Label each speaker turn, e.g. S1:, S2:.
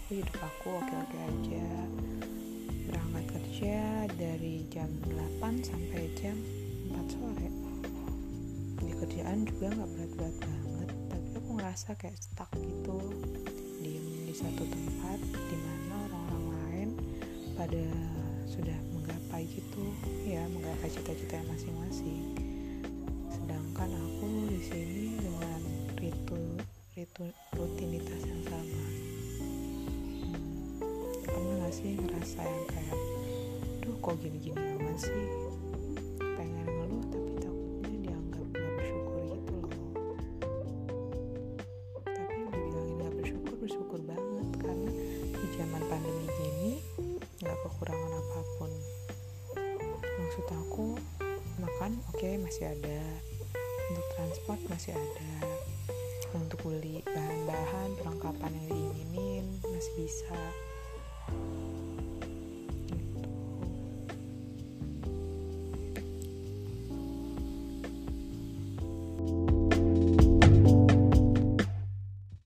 S1: hidup aku oke-oke aja. Berangkat kerja dari jam 8 sampai jam 4 sore. Di kerjaan juga gak berat-berat banget, tapi aku ngerasa kayak stuck gitu, diem di satu tempat dimana orang-orang lain pada sudah menggapai gitu ya, menggapai cita-cita masing-masing, sedangkan aku di sini dengan rutinitas yang sama. Pernah gak sih ngerasa yang kayak duh kok gini-gini amat sih, pengen ngeluh tapi takutnya dianggap gak bersyukur gitu loh. Tapi dibilangin gak bersyukur banget, karena di zaman pandemi gini gak kekurangan apapun. Maksud aku, makan oke, masih ada, untuk transport masih ada, untuk beli bahan-bahan perlengkapan yang diinginin masih bisa.